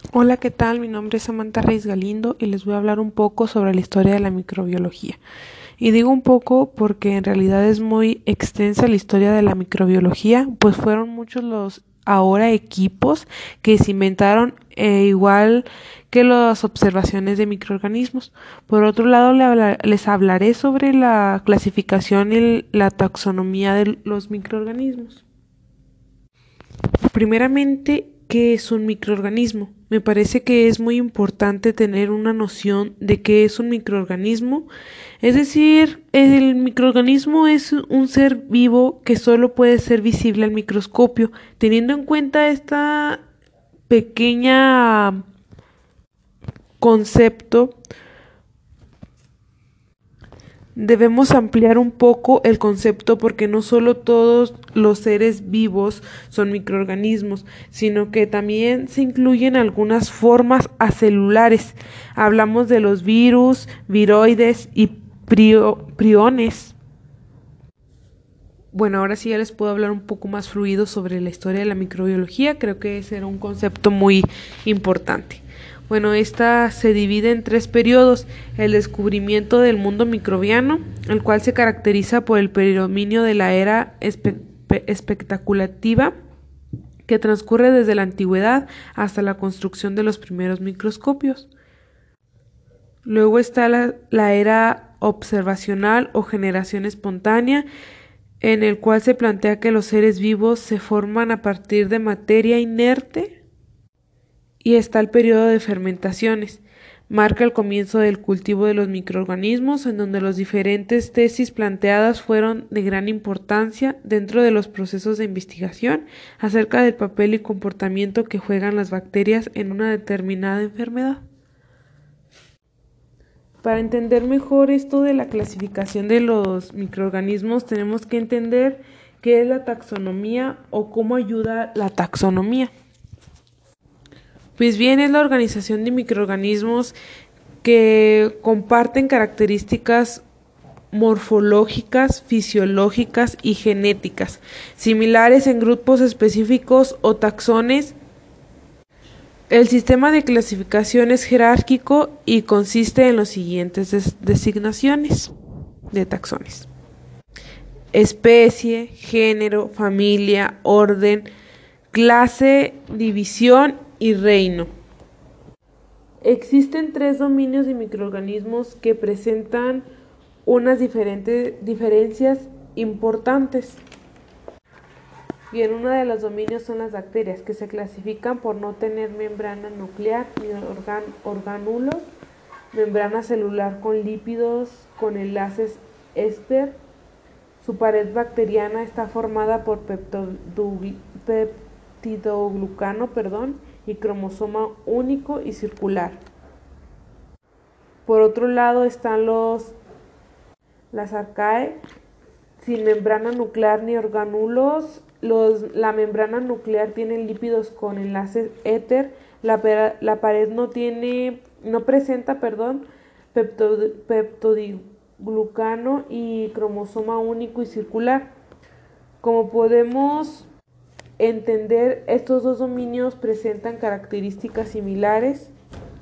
Hola, ¿qué tal? Mi nombre es Samantha Reyes Galindo y les voy a hablar un poco sobre la historia de la microbiología. Y digo un poco porque en realidad es muy extensa la historia de la microbiología, pues fueron muchos los ahora equipos que se inventaron, igual que las observaciones de microorganismos. Por otro lado, les hablaré sobre la clasificación y la taxonomía de los microorganismos. Primeramente, ¿qué es un microorganismo? Me parece que es muy importante tener una noción de qué es un microorganismo. Es decir, el microorganismo es un ser vivo que solo puede ser visible al microscopio. Teniendo en cuenta esta pequeña concepto, debemos ampliar un poco el concepto porque no solo todos los seres vivos son microorganismos, sino que también se incluyen algunas formas acelulares. Hablamos de los virus, viroides y priones. Bueno, ahora sí ya les puedo hablar un poco más fluido sobre la historia de la microbiología. Creo que ese era un concepto muy importante. Bueno, esta se divide en tres periodos: el descubrimiento del mundo microbiano, el cual se caracteriza por el predominio de la era especulativa, que transcurre desde la antigüedad hasta la construcción de los primeros microscopios. Luego está la era observacional o generación espontánea, en el cual se plantea que los seres vivos se forman a partir de materia inerte. Y está el periodo de fermentaciones. Marca el comienzo del cultivo de los microorganismos, en donde las diferentes tesis planteadas fueron de gran importancia dentro de los procesos de investigación acerca del papel y comportamiento que juegan las bacterias en una determinada enfermedad. Para entender mejor esto de la clasificación de los microorganismos, tenemos que entender qué es la taxonomía o cómo ayuda la taxonomía. Pues bien, es la organización de microorganismos que comparten características morfológicas, fisiológicas y genéticas, similares en grupos específicos o taxones. El sistema de clasificación es jerárquico y consiste en las siguientes designaciones de taxones: especie, género, familia, orden, clase, división y reino. Existen tres dominios de microorganismos que presentan unas diferencias importantes. Bien, uno de los dominios son las bacterias, que se clasifican por no tener membrana nuclear ni orgánulos, membrana celular con lípidos con enlaces éster. Su pared bacteriana está formada por peptidoglucano, y cromosoma único y circular. Por otro lado están las arcae, sin membrana nuclear ni orgánulos. La membrana nuclear tiene lípidos con enlaces éter. La pared no presenta peptidoglucano y cromosoma único y circular. Como podemos entender, estos dos dominios presentan características similares.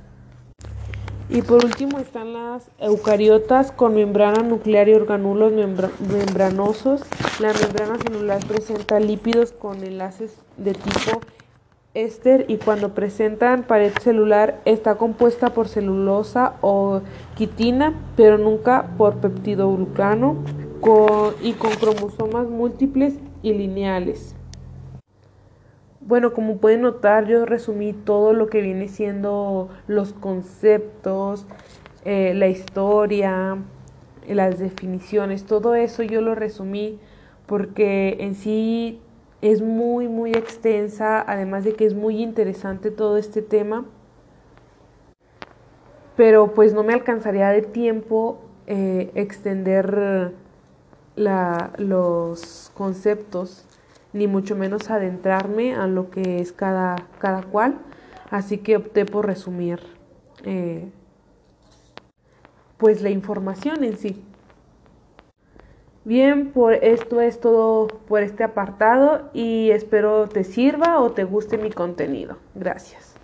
Y por último están las eucariotas con membrana nuclear y orgánulos membranosos. La membrana celular presenta lípidos con enlaces de tipo éster, y cuando presentan pared celular está compuesta por celulosa o quitina, pero nunca por peptidoglucano, y con cromosomas múltiples y lineales. Bueno, como pueden notar, yo resumí todo lo que viene siendo los conceptos, la historia, las definiciones, todo eso yo lo resumí porque en sí es muy, muy extensa, además de que es muy interesante todo este tema, pero pues no me alcanzaría de tiempo extender los conceptos, ni mucho menos adentrarme a lo que es cada cual, así que opté por resumir pues la información en sí. Bien, por esto es todo por este apartado y espero te sirva o te guste mi contenido. Gracias.